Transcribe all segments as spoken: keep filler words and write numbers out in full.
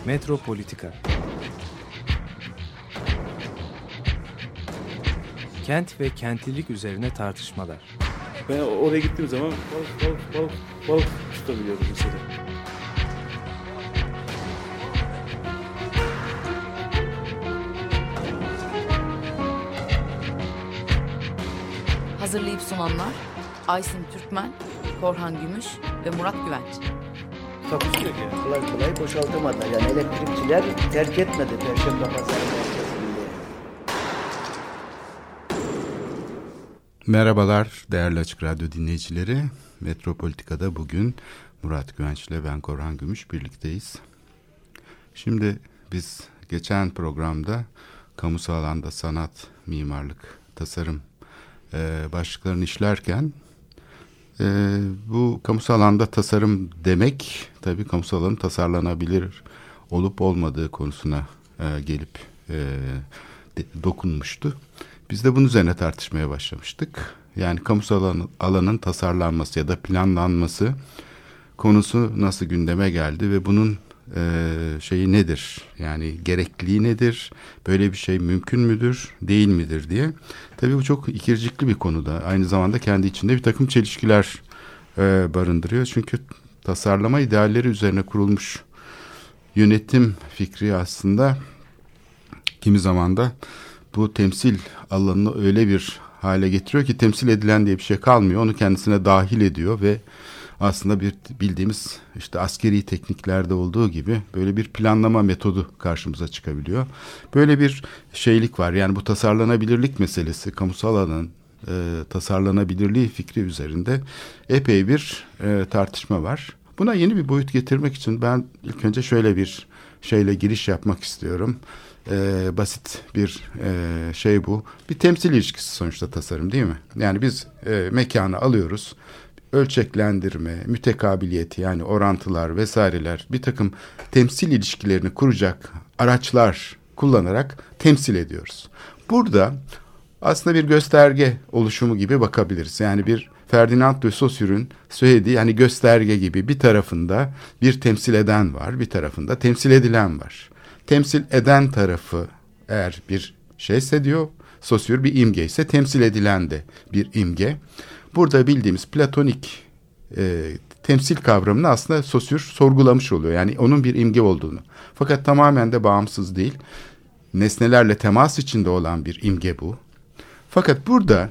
Metropolitika. Kent ve kentlilik üzerine tartışmalar. Ben oraya gittiğim zaman balık balık balık balık tutabiliyorum mesela. Hazırlayıp sunanlar Aysin Türkmen, Korhan Gümüş ve Murat Güvenç. Takusu yok yani. Kolay kolay boşaltamadı. Yani elektrikçiler terk etmedi Perşembe Pazarı merkezinde. Merhabalar değerli Açık Radyo dinleyicileri. Metropolitika'da bugün Murat Güvenç ile ben Korhan Gümüş birlikteyiz. Şimdi biz geçen programda kamusal alanda sanat, mimarlık, tasarım e, başlıklarını işlerken e, bu kamusal alanda tasarım demek tabii kamusal alanın tasarlanabilir olup olmadığı konusuna e, gelip e, de, dokunmuştu. Biz de bunun üzerine tartışmaya başlamıştık. Yani kamusal alan, alanın tasarlanması ya da planlanması konusu nasıl gündeme geldi ve bunun e, şeyi nedir? Yani gerekliliği nedir? Böyle bir şey mümkün müdür, değil midir diye. Tabii bu çok ikircikli bir konuda. Aynı zamanda kendi içinde bir takım çelişkiler e, barındırıyor. Çünkü tasarlama idealleri üzerine kurulmuş yönetim fikri aslında kimi zaman da bu temsil alanını öyle bir hale getiriyor ki temsil edilen diye bir şey kalmıyor. Onu kendisine dahil ediyor ve aslında bir bildiğimiz işte askeri tekniklerde olduğu gibi böyle bir planlama metodu karşımıza çıkabiliyor. Böyle bir şeylik var. Yani bu tasarlanabilirlik meselesi, kamusal alanın e, tasarlanabilirliği fikri üzerinde epey bir e, tartışma var. Buna yeni bir boyut getirmek için ben ilk önce şöyle bir şeyle giriş yapmak istiyorum. Ee, basit bir e, şey bu. Bir temsil ilişkisi sonuçta tasarım değil mi? Yani biz e, mekanı alıyoruz. Ölçeklendirme, mütekabiliyeti yani orantılar vesaireler bir takım temsil ilişkilerini kuracak araçlar kullanarak temsil ediyoruz. Burada aslında bir gösterge oluşumu gibi bakabiliriz. Yani bir Ferdinand de Saussure'ün söylediği yani gösterge gibi bir tarafında bir temsil eden var, bir tarafında temsil edilen var. Temsil eden tarafı eğer bir şeyse diyor, Saussure bir imge ise temsil edilen de bir imge. Burada bildiğimiz platonik e, temsil kavramını aslında Saussure sorgulamış oluyor. Yani onun bir imge olduğunu. Fakat tamamen de bağımsız değil. Nesnelerle temas içinde olan bir imge bu. Fakat burada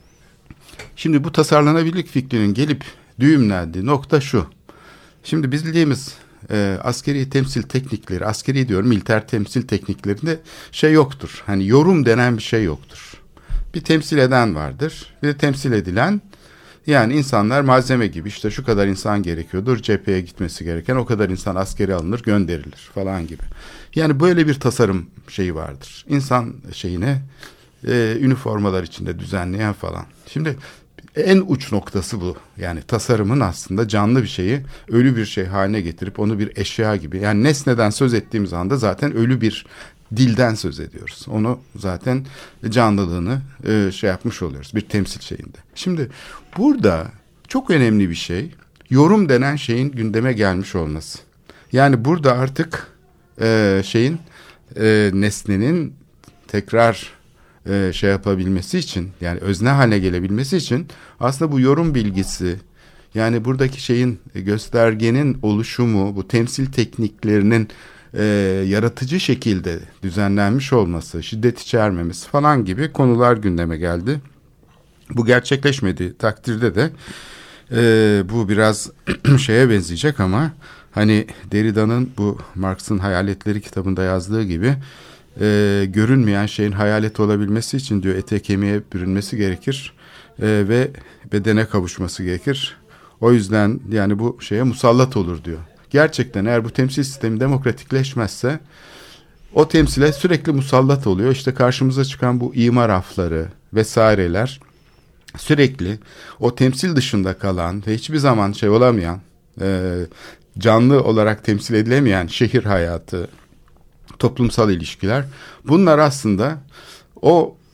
şimdi bu tasarlanabilirlik fikrinin gelip düğümlendiği nokta şu. Şimdi biz bildiğimiz e, askeri temsil teknikleri, askeri diyorum militer temsil tekniklerinde şey yoktur. Hani yorum denen bir şey yoktur. Bir temsil eden vardır. Bir de temsil edilen yani insanlar malzeme gibi işte şu kadar insan gerekiyordur. Cepheye gitmesi gereken o kadar insan askeri alınır gönderilir falan gibi. Yani böyle bir tasarım şeyi vardır. İnsan şeyine e, üniformalar içinde düzenleyen falan. Şimdi en uç noktası bu. Yani tasarımın aslında canlı bir şeyi ölü bir şey haline getirip onu bir eşya gibi yani nesneden söz ettiğimiz anda zaten ölü bir dilden söz ediyoruz. Onu zaten canlılığını e, şey yapmış oluyoruz bir temsil şeyinde. Şimdi burada çok önemli bir şey yorum denen şeyin gündeme gelmiş olması. Yani burada artık e, şeyin e, nesnenin tekrar e, şey yapabilmesi için yani özne haline gelebilmesi için aslında bu yorum bilgisi yani buradaki şeyin göstergenin oluşumu bu temsil tekniklerinin E, yaratıcı şekilde düzenlenmiş olması, şiddet içermemesi falan gibi konular gündeme geldi. Bu gerçekleşmediği takdirde de e, bu biraz şeye benzeyecek ama hani Derrida'nın bu Marx'ın Hayaletleri kitabında yazdığı gibi e, görünmeyen şeyin hayalet olabilmesi için diyor ete kemiğe bürünmesi gerekir e, ve bedene kavuşması gerekir. O yüzden yani bu şeye musallat olur diyor. Gerçekten eğer bu temsil sistemi demokratikleşmezse o temsile sürekli musallat oluyor. İşte karşımıza çıkan bu imar afları vesaireler sürekli o temsil dışında kalan ve hiçbir zaman şey olamayan e, canlı olarak temsil edilemeyen şehir hayatı, toplumsal ilişkiler bunlar aslında o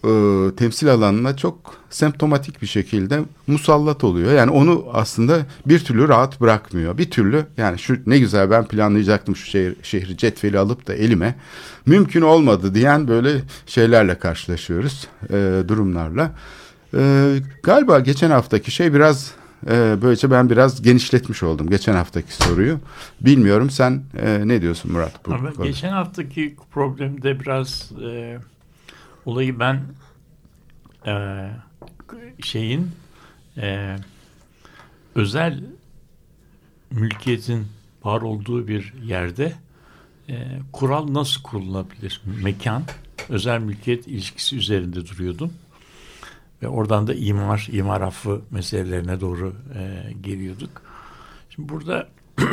e, temsil alanına çok semptomatik bir şekilde musallat oluyor. Yani onu aslında bir türlü rahat bırakmıyor. Bir türlü yani şu ne güzel ben planlayacaktım şu şehir, şehri cetveli alıp da elime. Mümkün olmadı diyen böyle şeylerle karşılaşıyoruz, e, durumlarla. E, galiba geçen haftaki şey biraz e, böylece ben biraz genişletmiş oldum geçen haftaki soruyu. Bilmiyorum sen e, ne diyorsun Murat? Bu Ama konuda? Geçen haftaki problemde biraz e, olayı ben e, şeyin e, özel mülkiyetin var olduğu bir yerde e, kural nasıl kurulabilir? Mekan, özel mülkiyet ilişkisi üzerinde duruyordum. Ve oradan da imar, imar affı meselelerine doğru e, geliyorduk. Şimdi burada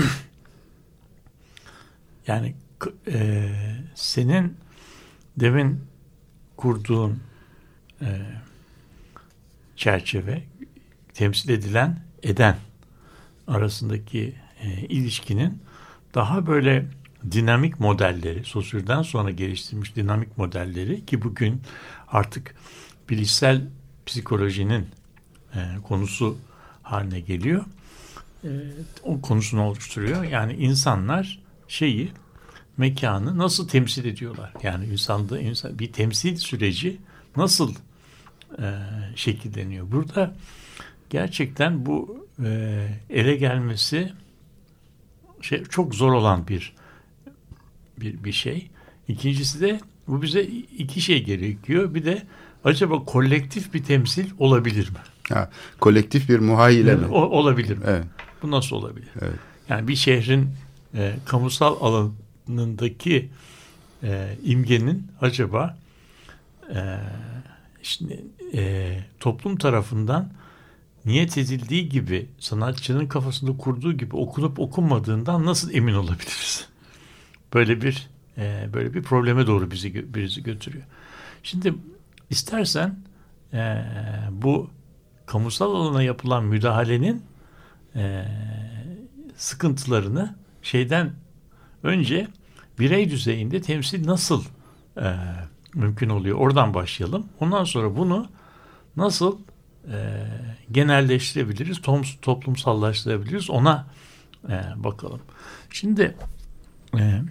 yani e, senin demin kurduğun e, çerçeve, temsil edilen, eden arasındaki e, ilişkinin daha böyle dinamik modelleri, Saussure'dan sonra geliştirilmiş dinamik modelleri ki bugün artık bilişsel psikolojinin e, konusu haline geliyor. E, o konusunu oluşturuyor. Yani insanlar şeyi, mekanı nasıl temsil ediyorlar? Yani insanda insan, bir temsil süreci nasıl e, şekilleniyor? Burada gerçekten bu e, ele gelmesi şey çok zor olan bir bir bir şey. İkincisi de bu bize iki şey gerekiyor. Bir de acaba kolektif bir temsil olabilir mi? Ha, kolektif bir muhayyile mi? O, olabilir mi? Evet. Bu nasıl olabilir? Evet. Yani bir şehrin e, kamusal alanındaki e, imgenin acaba e, işte, e, toplum tarafından niyet edildiği gibi, sanatçının kafasında kurduğu gibi okunup okunmadığından nasıl emin olabiliriz? Böyle bir e, böyle bir probleme doğru bizi bizi götürüyor. Şimdi istersen e, bu kamusal alana yapılan müdahalenin e, sıkıntılarını şeyden önce birey düzeyinde temsil nasıl e, mümkün oluyor? Oradan başlayalım. Ondan sonra bunu nasıl e, genelleştirebiliriz, tom, toplumsallaştırabiliriz ona e, bakalım. Şimdi e,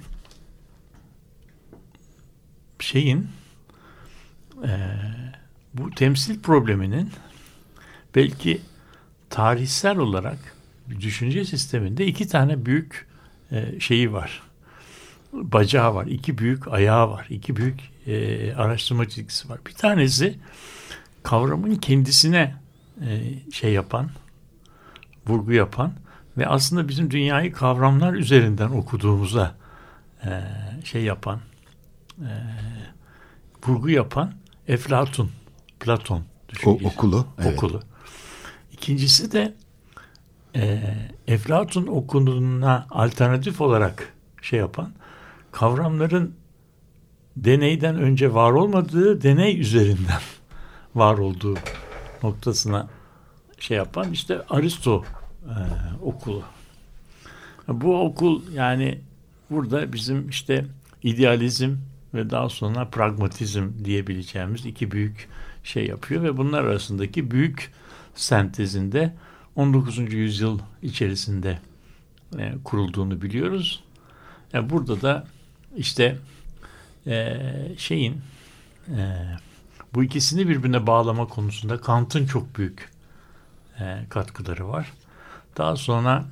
şeyin e, bu temsil probleminin belki tarihsel olarak bir düşünce sisteminde iki tane büyük e, şeyi var. Bacağı var. İki büyük ayağı var. İki büyük e, araştırma çizgisi var. Bir tanesi kavramın kendisine e, şey yapan, vurgu yapan ve aslında bizim dünyayı kavramlar üzerinden okuduğumuza e, şey yapan, e, vurgu yapan Eflatun, Platon düşüncesi. O, okulu. Evet. Okulu. İkincisi de e, Eflatun okuluna alternatif olarak şey yapan, kavramların deneyden önce var olmadığı, deney üzerinden var olduğu noktasına şey yapan işte Aristo e, okulu. Bu okul yani burada bizim işte idealizm ve daha sonra pragmatizm diyebileceğimiz iki büyük şey yapıyor ve bunlar arasındaki büyük sentezinde on dokuzuncu yüzyıl içerisinde e, kurulduğunu biliyoruz. Yani burada da işte e, şeyin e, bu ikisini birbirine bağlama konusunda Kant'ın çok büyük e, katkıları var. Daha sonra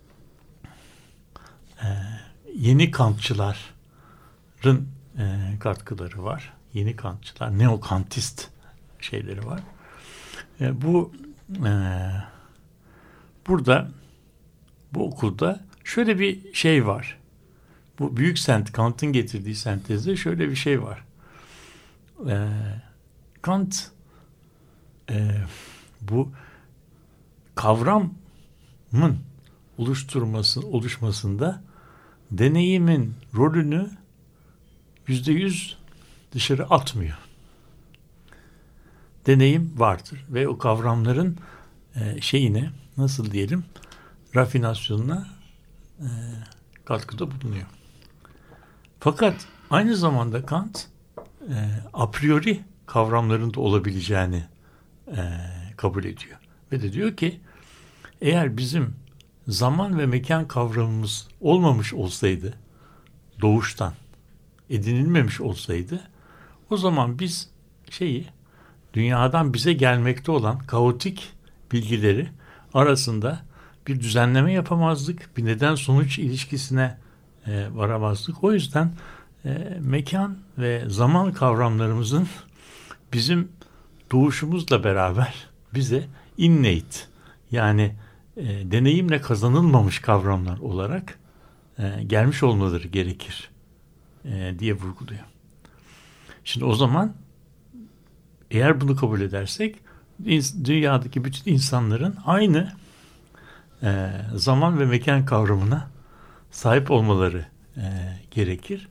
e, yeni Kantçıların e, katkıları var. Yeni Kantçılar, neo-Kantist şeyleri var. E, bu e, burada bu okulda şöyle bir şey var. Bu büyük sent, Kant'ın getirdiği sentezde şöyle bir şey var. E, Kant e, bu kavramın oluşturması, oluşmasında deneyimin rolünü yüzde yüz dışarı atmıyor. Deneyim vardır ve o kavramların e, şeyine nasıl diyelim rafinasyonuna e, katkıda bulunuyor. Fakat aynı zamanda Kant e, a priori kavramların da olabileceğini e, kabul ediyor. Ve de diyor ki eğer bizim zaman ve mekan kavramımız olmamış olsaydı, doğuştan edinilmemiş olsaydı, o zaman biz şeyi, dünyadan bize gelmekte olan kaotik bilgileri arasında bir düzenleme yapamazdık, bir neden sonuç ilişkisine e, varamazdık. O yüzden e, mekan ve zaman kavramlarımızın bizim doğuşumuzla beraber bize innate, yani e, deneyimle kazanılmamış kavramlar olarak e, gelmiş olmaları gerekir e, diye vurguluyor. Şimdi o zaman eğer bunu kabul edersek dünyadaki bütün insanların aynı e, zaman ve mekan kavramına sahip olmaları e, gerekir.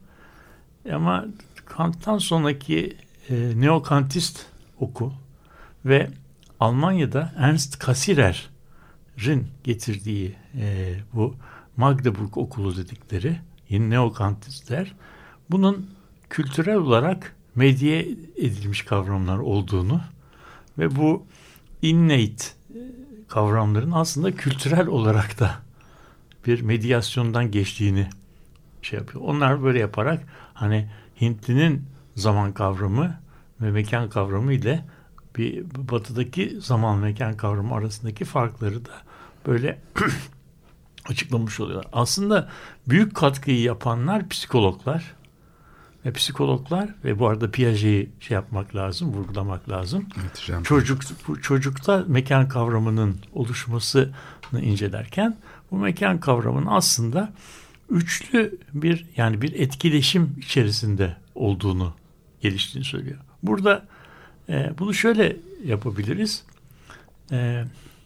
Ama Kant'tan sonraki e, neokantist oku ve Almanya'da Ernst Cassirer'in getirdiği e, bu Magdeburg okulu dedikleri yeni neokantistler bunun kültürel olarak medya edilmiş kavramlar olduğunu ve bu innate kavramların aslında kültürel olarak da bir medyasyondan geçtiğini şey yapıyor. Onlar böyle yaparak hani Hintlinin zaman kavramı ve mekan kavramı ile bir batıdaki zaman mekan kavramı arasındaki farkları da böyle açıklamış oluyorlar. Aslında büyük katkıyı yapanlar psikologlar ve psikologlar ve bu arada Piaget'i şey yapmak lazım, vurgulamak lazım. Evet, Çocuk bu çocukta mekan kavramının oluşmasını incelerken bu mekan kavramının aslında üçlü bir yani bir etkileşim içerisinde olduğunu geliştiğini söylüyor. Burada e, bunu şöyle yapabiliriz. E,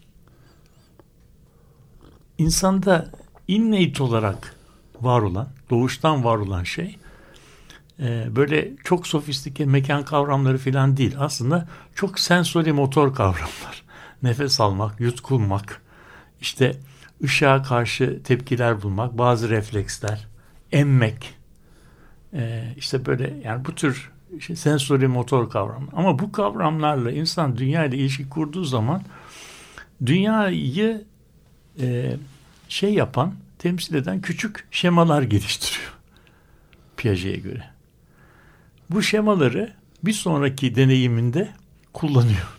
insanda innate olarak var olan, doğuştan var olan şey e, böyle çok sofistike mekan kavramları falan değil. Aslında çok sensori motor kavramlar. Nefes almak, yutkunmak, işte ışığa karşı tepkiler bulmak, bazı refleksler, emmek, e, işte böyle yani bu tür işte sensori motor kavramlar. Ama bu kavramlarla insan dünya ile ilişki kurduğu zaman dünyayı e, şey yapan, temsil eden küçük şemalar geliştiriyor Piaget'e göre. Bu şemaları bir sonraki deneyiminde kullanıyor.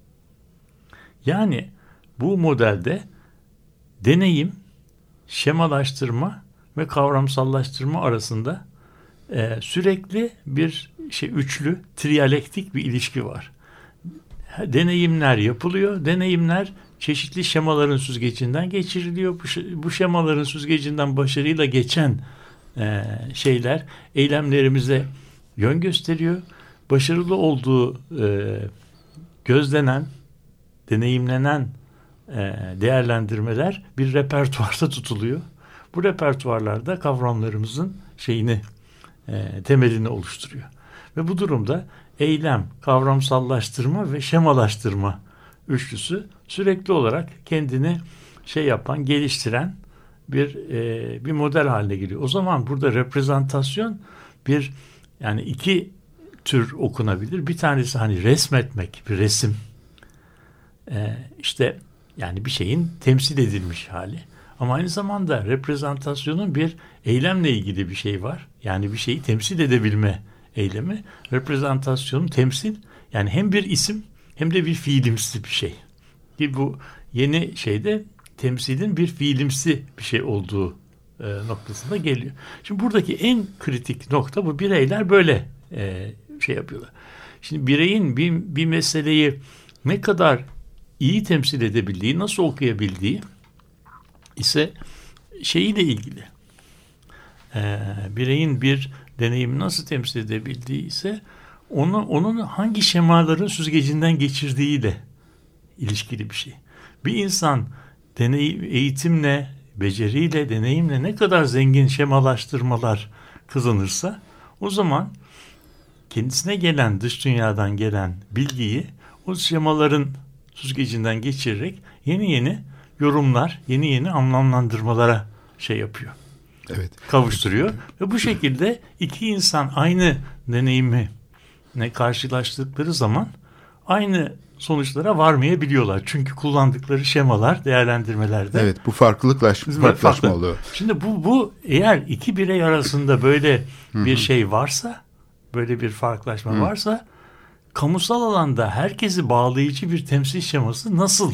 Yani bu modelde deneyim, şemalaştırma ve kavramsallaştırma arasında e, sürekli bir şey üçlü, triyalektik bir ilişki var. Deneyimler yapılıyor. Deneyimler çeşitli şemaların süzgecinden geçiriliyor. Bu, bu şemaların süzgecinden başarıyla geçen e, şeyler eylemlerimize yön gösteriyor. Başarılı olduğu e, gözlenen, deneyimlenen e, değerlendirmeler bir repertuarda tutuluyor. Bu repertuarlarda kavramlarımızın şeyini e, temelini oluşturuyor. Ve bu durumda eylem, kavramsallaştırma ve şemalaştırma üçlüsü sürekli olarak kendini şey yapan, geliştiren bir e, bir model haline geliyor. O zaman burada reprezentasyon bir yani iki tür okunabilir. Bir tanesi hani resmetmek, bir resim. E, işte yani bir şeyin temsil edilmiş hali. Ama aynı zamanda reprezentasyonun bir eylemle ilgili bir şey var. Yani bir şeyi temsil edebilme eylemi. Reprezentasyonun temsil yani hem bir isim hem de bir fiilimsi bir şey. Ki bu yeni şeyde temsilin bir fiilimsi bir şey olduğu e, noktasına geliyor. Şimdi buradaki en kritik nokta bu, bireyler böyle e, şey yapıyorlar. Şimdi bireyin bir, bir meseleyi ne kadar iyi temsil edebildiği, nasıl okuyabildiği ise şeyiyle ilgili. E, bireyin bir deneyimi nasıl temsil edebildiği ise onu, onun hangi şemaların süzgecinden geçirdiğiyle ilişkili bir şey. Bir insan deneyim, eğitimle, beceriyle, deneyimle ne kadar zengin şemalaştırmalar kazanırsa o zaman kendisine gelen, dış dünyadan gelen bilgiyi o şemaların süzgecinden geçirerek yeni yeni yorumlar, yeni yeni anlamlandırmalara şey yapıyor. Evet. Kavuşturuyor ve bu şekilde iki insan aynı deneyimi ne karşılaştıkları zaman aynı sonuçlara varmayabiliyorlar. Çünkü kullandıkları şemalar, değerlendirmelerde. Evet, bu farklılıklaşma, farklılaşma farklı. oluyor. Şimdi bu bu eğer iki birey arasında böyle bir şey varsa, böyle bir farklılaşma Hı. varsa, kamusal alanda herkesi bağlayıcı bir temsil şeması nasıl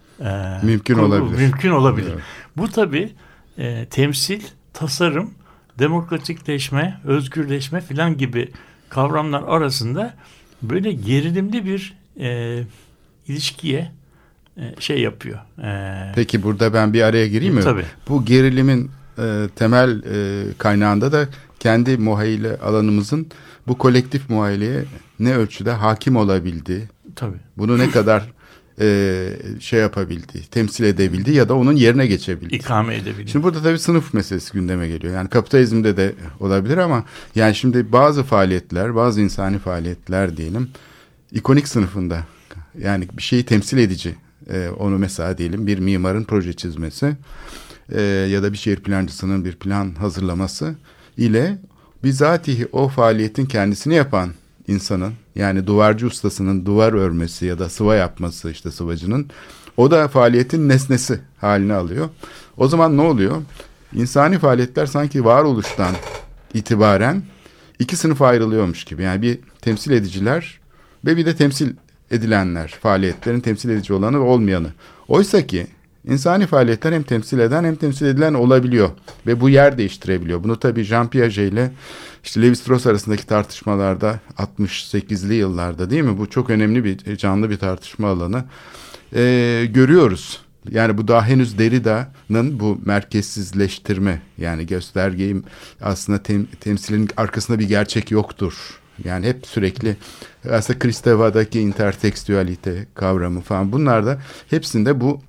e, mümkün kurulu, olabilir? Mümkün olabilir. Evet. Bu tabii e, temsil, tasarım, demokratikleşme, özgürleşme filan gibi kavramlar arasında böyle gerilimli bir e, ilişkiye e, şey yapıyor. E, Peki burada ben bir araya gireyim mi? Tabii. Bu gerilimin e, temel e, kaynağında da kendi muhayyile alanımızın bu kolektif muhayyileye ne ölçüde hakim olabildiği, tabii. bunu ne kadar e, şey yapabildiği, temsil edebildiği ya da onun yerine geçebildiği. İkame edebildiği. Şimdi burada tabii sınıf meselesi gündeme geliyor. Yani kapitalizmde de olabilir ama yani şimdi bazı faaliyetler, bazı insani faaliyetler diyelim, ikonik sınıfında, yani bir şeyi temsil edici, e, onu mesela diyelim bir mimarın proje çizmesi e, ya da bir şehir plancısının bir plan hazırlaması ile bizatihi o faaliyetin kendisini yapan insanın, yani duvarcı ustasının duvar örmesi ya da sıva yapması, işte sıvacının, o da faaliyetin nesnesi haline alıyor. O zaman ne oluyor? İnsani faaliyetler sanki varoluştan itibaren iki sınıfa ayrılıyormuş gibi. Yani bir temsil ediciler ve bir de temsil edilenler, faaliyetlerin temsil edici olanı ve olmayanı. Oysa ki insani faaliyetler hem temsil eden hem temsil edilen olabiliyor ve bu yer değiştirebiliyor. Bunu tabii Jean Piaget ile işte Lévi-Strauss arasındaki tartışmalarda altmış sekizli yıllarda, değil mi? Bu çok önemli bir, canlı bir tartışma alanı. Ee, görüyoruz. Yani bu daha henüz Derrida'nın bu merkezsizleştirme, yani göstergeyi aslında tem, temsilin arkasında bir gerçek yoktur. Yani hep sürekli aslında Kristeva'daki intertekstüalite kavramı falan, bunlarda hepsinde bu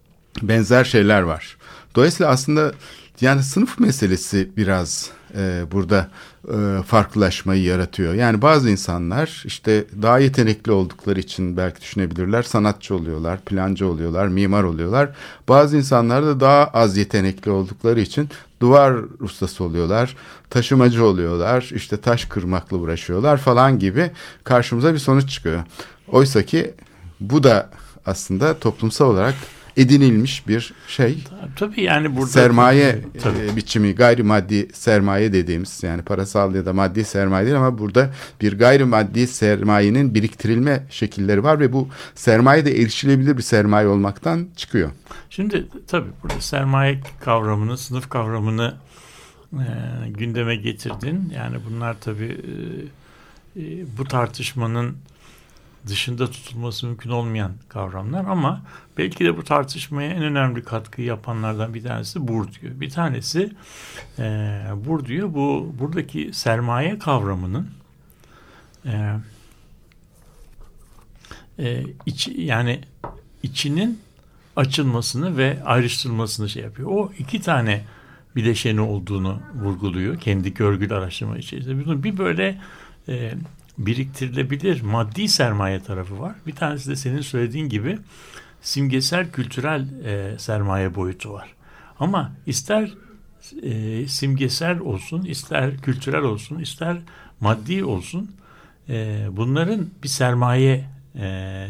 benzer şeyler var. Dolayısıyla aslında yani sınıf meselesi biraz e, burada e, farklılaşmayı yaratıyor. Yani bazı insanlar işte daha yetenekli oldukları için belki düşünebilirler, sanatçı oluyorlar, plancı oluyorlar, mimar oluyorlar. Bazı insanlar da daha az yetenekli oldukları için duvar ustası oluyorlar, taşımacı oluyorlar, işte taş kırmakla uğraşıyorlar falan gibi karşımıza bir sonuç çıkıyor. Oysa ki bu da aslında toplumsal olarak edinilmiş bir şey. Tabii yani burada sermaye tabii. E, biçimi, gayrimaddi sermaye dediğimiz, yani parasal ya da maddi sermaye değil ama burada bir gayrimaddi sermayenin biriktirilme şekilleri var ve bu sermaye de erişilebilir bir sermaye olmaktan çıkıyor. Şimdi tabii burada sermaye kavramını, sınıf kavramını e, gündeme getirdin. Yani bunlar tabii e, e, bu tartışmanın dışında tutulması mümkün olmayan kavramlar ama belki de bu tartışmaya en önemli katkıyı yapanlardan bir tanesi Bourdieu. Bir tanesi e, Bourdieu bu buradaki sermaye kavramının e, e, iç, yani içinin açılmasını ve ayrıştırılmasını şey yapıyor. O iki tane bileşeni olduğunu vurguluyor kendi görgülü araştırma içerisinde. Bunun bir böyle e, biriktirilebilir maddi sermaye tarafı var. Bir tanesi de senin söylediğin gibi simgesel kültürel e, sermaye boyutu var. Ama ister e, simgesel olsun, ister kültürel olsun, ister maddi olsun, e, bunların bir sermaye e,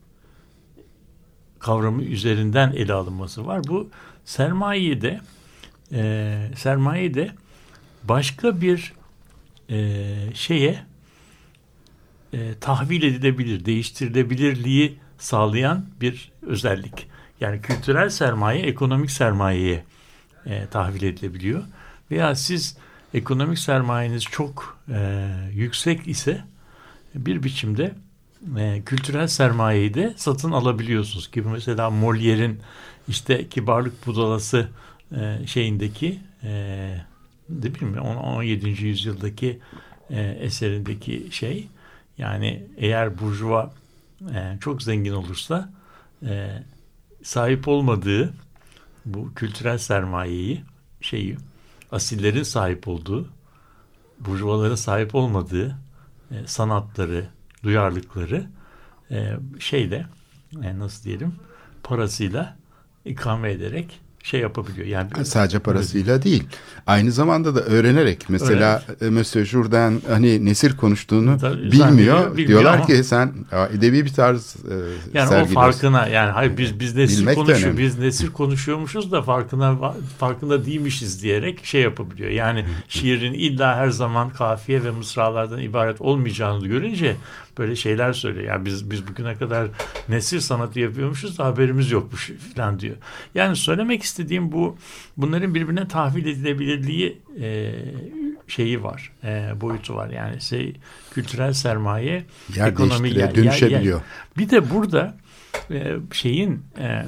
kavramı üzerinden ele alınması var. Bu sermayeyi de e, sermayeyi de başka bir e, şeye E, tahvil edilebilir, değiştirilebilirliği sağlayan bir özellik. Yani kültürel sermaye ekonomik sermayeye e, tahvil edilebiliyor. Veya siz ekonomik sermayeniz çok e, yüksek ise bir biçimde e, kültürel sermayeyi de satın alabiliyorsunuz. Gibi mesela Molière'in işte Kibarlık Budalası e, şeyindeki e, değil mi? on yedinci yüzyıldaki e, eserindeki şey. Yani eğer burjuva e, çok zengin olursa e, sahip olmadığı bu kültürel sermayeyi, şeyi, asillerin sahip olduğu, burjuvaların sahip olmadığı e, sanatları, duyarlılıkları e, şeyle, e, nasıl diyelim, parasıyla ikame ederek şey yapabiliyor. Yani sadece parasıyla değil. Aynı zamanda da öğrenerek. Mesela Öğren. Monsieur Jourdain hani nesir konuştuğunu Tabii, bilmiyor. bilmiyor. Diyorlar ama, ki sen edebi bir tarz e, yani sergiliyorsun. O farkına yani hayır biz biz nesir Bilmek konuşuyor. Biz nesir konuşuyormuşuz da farkına farkında değilmişiz diyerek şey yapabiliyor. Yani şiirin illa her zaman kafiye ve mısralardan ibaret olmayacağını görünce böyle şeyler söylüyor. Yani biz biz bugüne kadar nesir sanatı yapıyormuşuz da haberimiz yokmuş falan diyor. Yani söylemek istediğim bu bunların birbirine tahvil edilebilirliği e, şeyi var. E, boyutu var. Yani şey kültürel sermaye yer ekonomi yer, dönüşebiliyor. Yer, yer. Bir de burada e, şeyin e,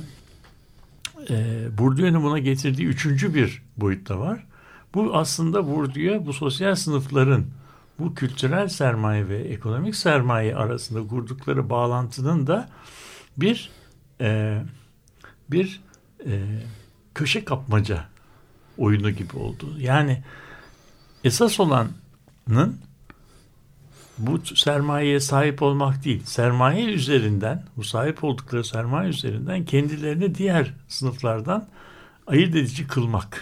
e, Bourdieu'nun buna getirdiği üçüncü bir boyut da var. Bu aslında Bourdieu bu sosyal sınıfların bu kültürel sermaye ve ekonomik sermaye arasında kurdukları bağlantının da bir e, bir e, köşe kapmaca oyunu gibi oldu. Yani esas olanın bu sermayeye sahip olmak değil, sermaye üzerinden, bu sahip oldukları sermaye üzerinden kendilerini diğer sınıflardan ayırt edici kılmak.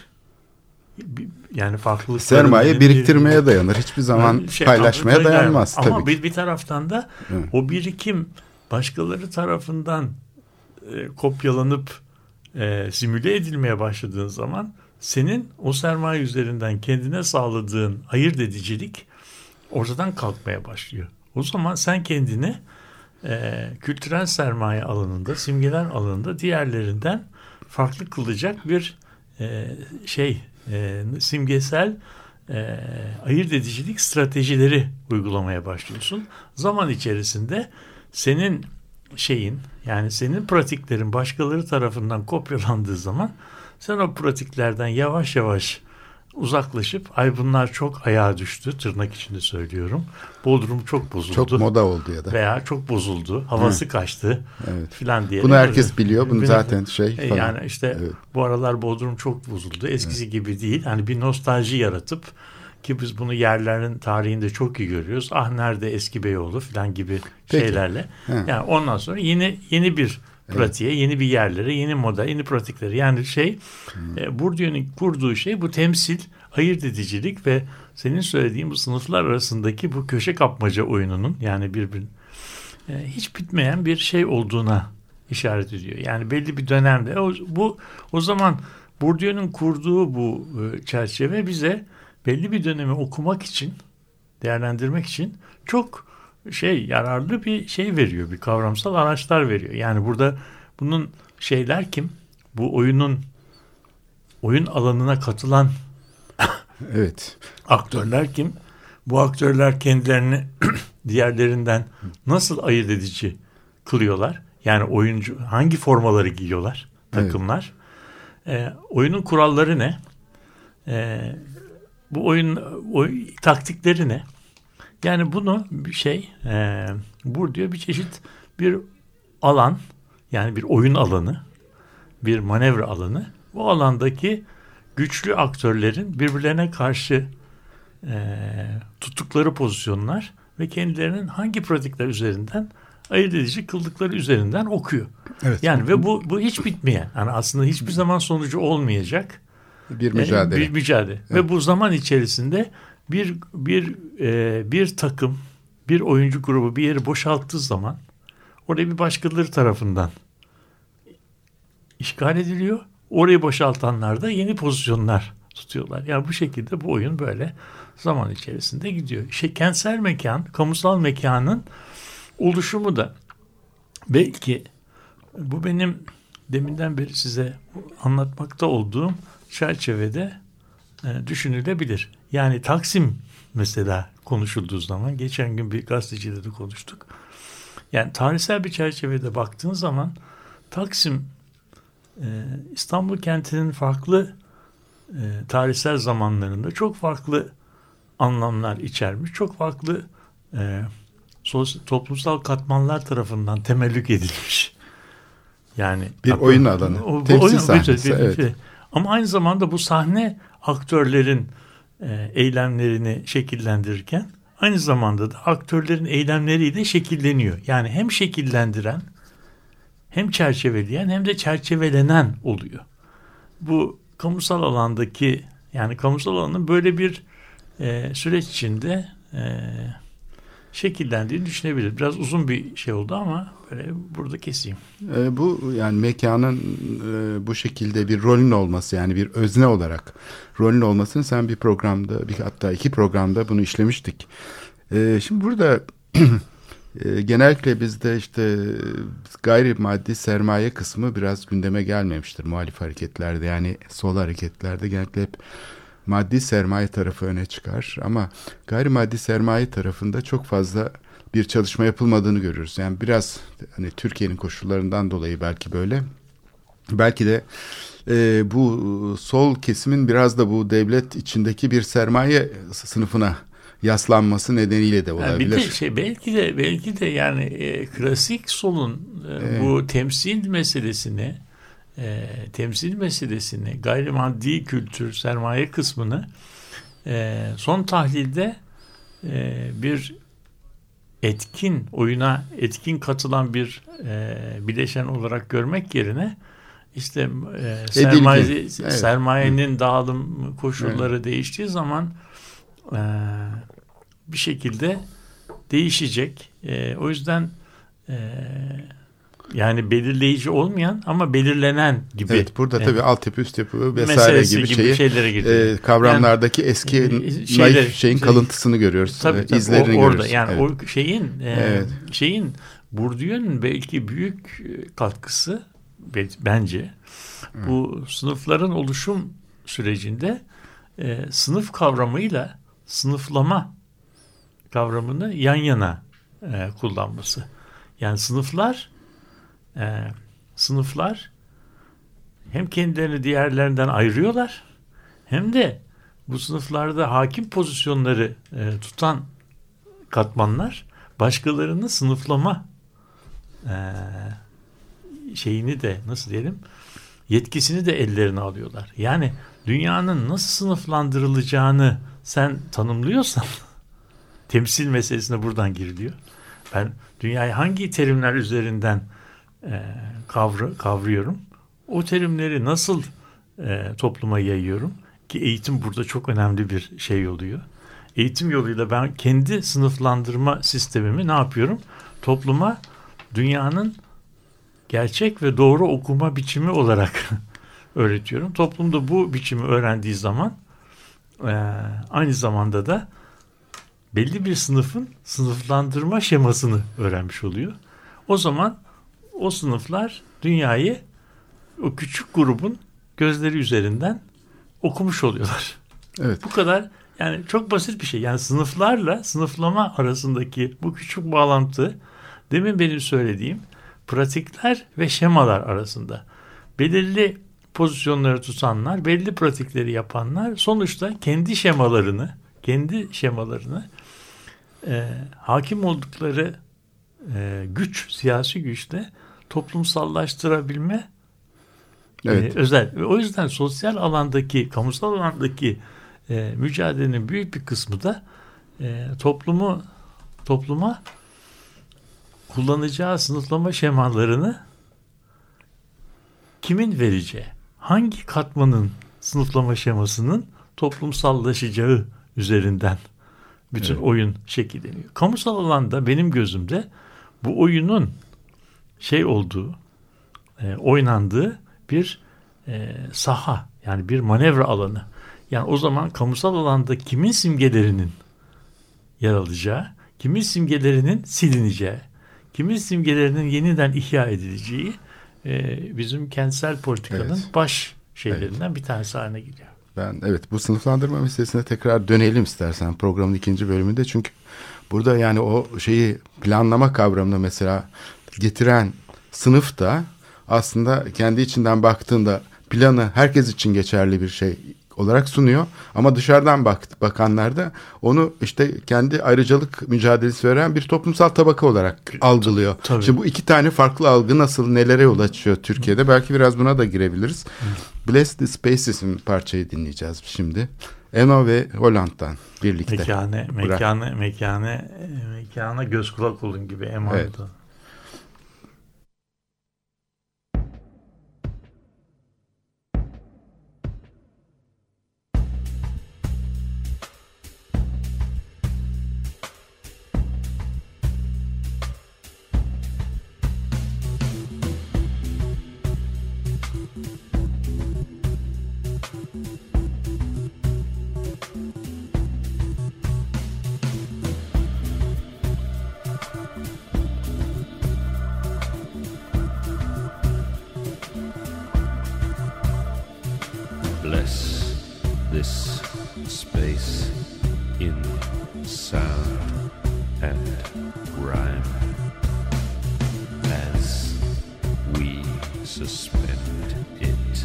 Yani farklılık sermaye biriktirmeye dayanır. Hiçbir zaman şey, paylaşmaya dayanmaz tabii. Ama bir, bir taraftan da evet. o birikim başkaları tarafından e, kopyalanıp e, simüle edilmeye başladığın zaman senin o sermaye üzerinden kendine sağladığın ayırt edicilik ortadan kalkmaya başlıyor. O zaman sen kendini e, kültürel sermaye alanında, simgeler alanında diğerlerinden farklı kılacak bir e, şey E, simgesel e, ayırt edicilik stratejileri uygulamaya başlıyorsun. Zaman içerisinde senin şeyin yani senin pratiklerin başkaları tarafından kopyalandığı zaman sen o pratiklerden yavaş yavaş uzaklaşıp ay bunlar çok ayağa düştü tırnak içinde söylüyorum. Bodrum çok bozuldu. Çok moda oldu ya da. Veya çok bozuldu. Havası Hı. kaçtı. Evet. Filan diye. Bunu herkes biliyor. Bunu zaten şey falan. Yani işte evet. bu aralar Bodrum çok bozuldu. Eskisi evet. gibi değil. Hani bir nostalji yaratıp ki biz bunu yerlerin tarihinde çok iyi görüyoruz. Ah nerede eski Beyoğlu filan gibi Peki. şeylerle. He. Yani ondan sonra yeni yeni bir pratiğe, evet. yeni bir yerlere, yeni moda, yeni pratikleri. Yani şey hmm. e, Bourdieu'nun kurduğu şey bu temsil, ayırt edicilik ve senin söylediğin bu sınıflar arasındaki bu köşe kapmaca oyununun yani birbirine e, hiç bitmeyen bir şey olduğuna işaret ediyor. Yani belli bir dönemde o, bu o zaman Bourdieu'nun kurduğu bu e, çerçeve bize belli bir dönemi okumak için, değerlendirmek için çok şey yararlı bir şey veriyor, bir kavramsal araçlar veriyor. Yani burada bunun şeyler kim? Bu oyunun oyun alanına katılan evet aktörler kim? Bu aktörler kendilerini diğerlerinden nasıl ayırt edici kılıyorlar? Yani oyuncu hangi formaları giyiyorlar? Takımlar. Evet. E, oyunun kuralları ne? E, bu oyun oy, taktikleri ne? Yani bunu bir şey e, Bourdieu bir çeşit bir alan yani bir oyun alanı, bir manevra alanı. Bu alandaki güçlü aktörlerin birbirlerine karşı e, tuttukları pozisyonlar ve kendilerinin hangi pratikler üzerinden ayırt edici kıldıkları üzerinden okuyor. Evet. Yani ve bu bu hiç bitmeyen, yani aslında hiçbir zaman sonucu olmayacak bir mücadele. Bir mücadele. Evet. Ve bu zaman içerisinde bir bir e, bir takım, bir oyuncu grubu bir yeri boşalttığı zaman oraya bir başkaları tarafından işgal ediliyor. Orayı boşaltanlar da yeni pozisyonlar tutuyorlar. Yani bu şekilde bu oyun böyle zaman içerisinde gidiyor. İşte kentsel mekan, kamusal mekanın oluşumu da belki bu benim deminden beri size anlatmakta olduğum çerçevede e, düşünülebilir. Yani Taksim mesela konuşulduğu zaman geçen gün bir gazeteciyle de konuştuk. Yani tarihsel bir çerçevede baktığın zaman Taksim e, İstanbul kentinin farklı e, tarihsel zamanlarında çok farklı anlamlar içermiş. Çok farklı e, sosyal, toplumsal katmanlar tarafından temellük edilmiş. Yani bir akıl, oyun alanı. O, temsil oyun, sahnesi. Bir, bir, evet. bir, ama aynı zamanda bu sahne aktörlerin e, eylemlerini şekillendirirken aynı zamanda da aktörlerin eylemleriyle şekilleniyor. Yani hem şekillendiren, hem çerçeveleyen hem de çerçevelenen oluyor. bu kamusal alandaki, yani kamusal alanın böyle bir e, süreç içinde e, şekillendiğini düşünebilir. Biraz uzun bir şey oldu ama böyle burada keseyim. E, bu yani mekanın e, bu şekilde bir rolün olması, yani bir özne olarak rolün olmasını sen bir programda, bir, hatta iki programda bunu işlemiştik. E, şimdi burada e, genellikle bizde işte gayri maddi sermaye kısmı biraz gündeme gelmemiştir muhalif hareketlerde. Yani sol hareketlerde genellikle hep maddi sermaye tarafı öne çıkar ama gayrimaddi sermaye tarafında çok fazla bir çalışma yapılmadığını görüyoruz. Yani biraz hani Türkiye'nin koşullarından dolayı belki böyle. Belki de e, bu sol kesimin biraz da bu devlet içindeki bir sermaye sınıfına yaslanması nedeniyle de olabilir. Yani bir de şey, belki de belki de yani e, klasik solun e, evet. bu temsil meselesini E, temsil meselesini, gayrimaddi kültür, sermaye kısmını e, son tahlilde e, bir etkin, oyuna etkin katılan bir e, bileşen olarak görmek yerine işte e, sermaye, evet. sermayenin Hı. dağılım koşulları evet. değiştiği zaman e, bir şekilde değişecek. E, o yüzden e, yani belirleyici olmayan ama belirlenen gibi. Evet, burada tabii e, altyapı, üst yapı vesaire gibi, gibi şeyi, e, kavramlardaki yani, eski şeyler, naif şeyin kalıntısını görüyoruz. Tabii, tabii, izlerini o, orada, görüyoruz. Yani evet. o şeyin e, evet. şeyin Bourdieu'nun belki büyük katkısı bence hmm. bu sınıfların oluşum sürecinde e, sınıf kavramıyla sınıflama kavramını yan yana e, kullanması. Yani sınıflar Ee, sınıflar hem kendilerini diğerlerinden ayırıyorlar hem de bu sınıflarda hakim pozisyonları e, tutan katmanlar başkalarını sınıflama e, şeyini de nasıl diyelim yetkisini de ellerine alıyorlar. Yani dünyanın nasıl sınıflandırılacağını sen tanımlıyorsan temsil meselesine buradan giriliyor. Ben dünyayı hangi terimler üzerinden E, kavra, kavruyorum. O terimleri nasıl e, topluma yayıyorum ki eğitim burada çok önemli bir şey oluyor. Eğitim yoluyla ben kendi sınıflandırma sistemimi ne yapıyorum? Topluma dünyanın gerçek ve doğru okuma biçimi olarak öğretiyorum. Toplumda bu biçimi öğrendiği zaman e, aynı zamanda da belli bir sınıfın sınıflandırma şemasını öğrenmiş oluyor. O zaman o sınıflar dünyayı o küçük grubun gözleri üzerinden okumuş oluyorlar. Evet. Bu kadar, yani çok basit bir şey. Yani sınıflarla sınıflama arasındaki bu küçük bağlantı demin benim söylediğim pratikler ve şemalar arasında. Belirli pozisyonları tutanlar, belli pratikleri yapanlar sonuçta kendi şemalarını, kendi şemalarını e, hakim oldukları e, güç, siyasi güçle toplumsallaştırabilme evet. e, özel. O yüzden sosyal alandaki, kamusal alandaki e, mücadelenin büyük bir kısmı da e, toplumu topluma kullanacağı sınıflama şemalarını kimin vereceği, hangi katmanın sınıflama şemasının toplumsallaşacağı üzerinden bütün evet. oyun şekilleniyor. Kamusal alanda benim gözümde bu oyunun şey olduğu, e, oynandığı bir e, saha, yani bir manevra alanı. Yani o zaman kamusal alanda kimin simgelerinin yer alacağı, kimin simgelerinin silineceği, kimin simgelerinin yeniden ihya edileceği e, bizim kentsel politikanın evet. baş şeylerinden evet. bir tanesi haline geliyor. Ben evet bu sınıflandırma meselesine tekrar dönelim istersen programın ikinci bölümünde, çünkü burada yani o şeyi planlama kavramını mesela getiren sınıf da aslında kendi içinden baktığında planı herkes için geçerli bir şey olarak sunuyor. Ama dışarıdan bak, bakanlar da onu işte kendi ayrıcalık mücadelesi veren bir toplumsal tabaka olarak algılıyor. Tabii. Şimdi bu iki tane farklı algı nasıl, nelere yol açıyor Türkiye'de? Belki biraz buna da girebiliriz. Hı. Bless the Spaces'in parçayı dinleyeceğiz şimdi. Eno ve Holland'dan birlikte. Mekane, mekane, mekane, mekana göz kulak olun gibi Eno'da. Evet. this space in sound and rhyme as we suspend it.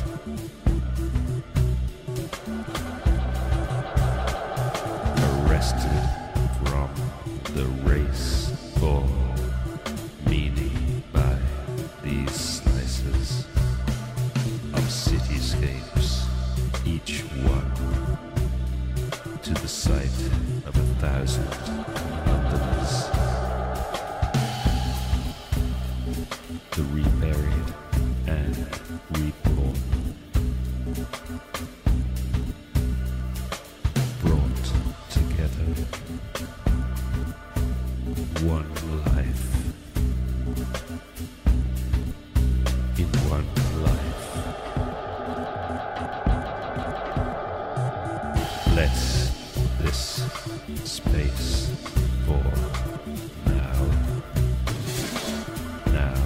Arrested from the race for meaning by these slices of cityscapes, each one to the sight of a thousand Londons. The reburied and reborn, brought together, one life, in one life. Bless this space for now, now,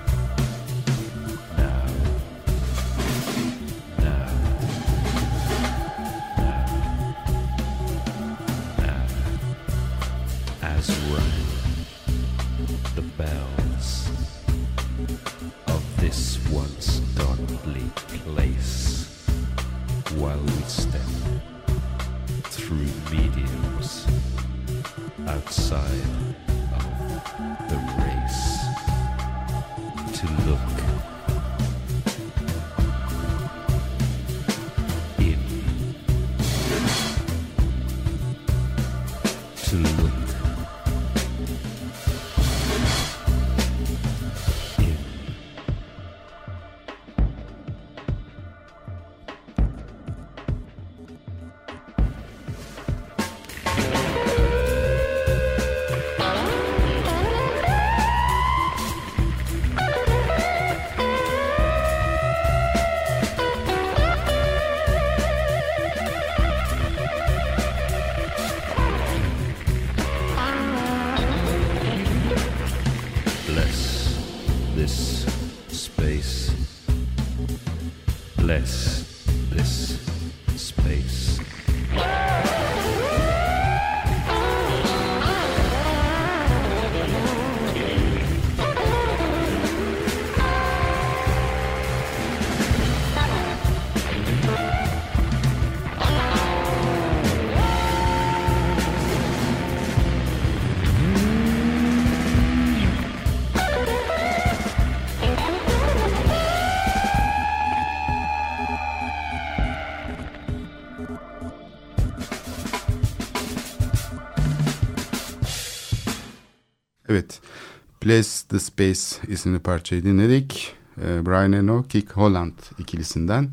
now, now, now, now, as rang the bells of this once godly place, while we step through mediums outside of the race to look in, to look in. Bless this space. Bless this space. Evet, Bless the Space isimli parçayı dinledik. Ee, Brian Eno, Kik Holland ikilisinden.